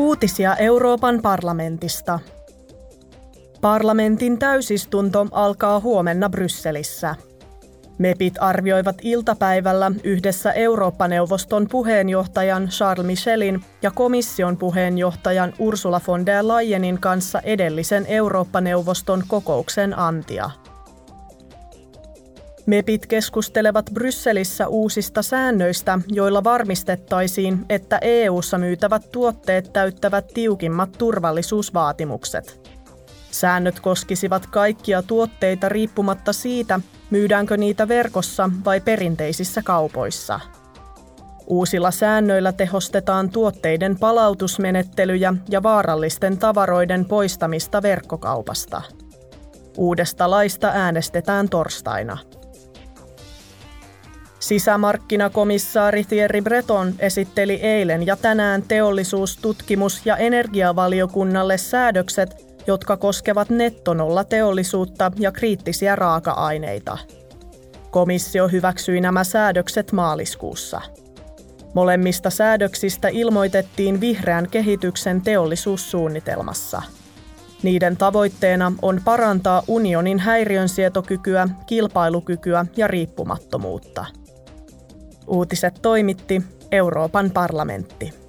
Uutisia Euroopan parlamentista. Parlamentin täysistunto alkaa huomenna Brysselissä. MEPit arvioivat iltapäivällä yhdessä Eurooppa-neuvoston puheenjohtajan Charles Michelin ja komission puheenjohtajan Ursula von der Leyenin kanssa edellisen Eurooppa-neuvoston kokouksen antia. MEPit keskustelevat Brysselissä uusista säännöistä, joilla varmistettaisiin, että EU:ssa myytävät tuotteet täyttävät tiukimmat turvallisuusvaatimukset. Säännöt koskisivat kaikkia tuotteita riippumatta siitä, myydäänkö niitä verkossa vai perinteisissä kaupoissa. Uusilla säännöillä tehostetaan tuotteiden palautusmenettelyjä ja vaarallisten tavaroiden poistamista verkkokaupasta. Uudesta laista äänestetään torstaina. Sisämarkkinakomissaari Thierry Breton esitteli eilen ja tänään teollisuus-, tutkimus- ja energiavaliokunnalle säädökset, jotka koskevat nettonollateollisuutta ja kriittisiä raaka-aineita. Komissio hyväksyi nämä säädökset maaliskuussa. Molemmista säädöksistä ilmoitettiin vihreän kehityksen teollisuussuunnitelmassa. Niiden tavoitteena on parantaa unionin häiriönsietokykyä, kilpailukykyä ja riippumattomuutta. Uutiset toimitti Euroopan parlamentti.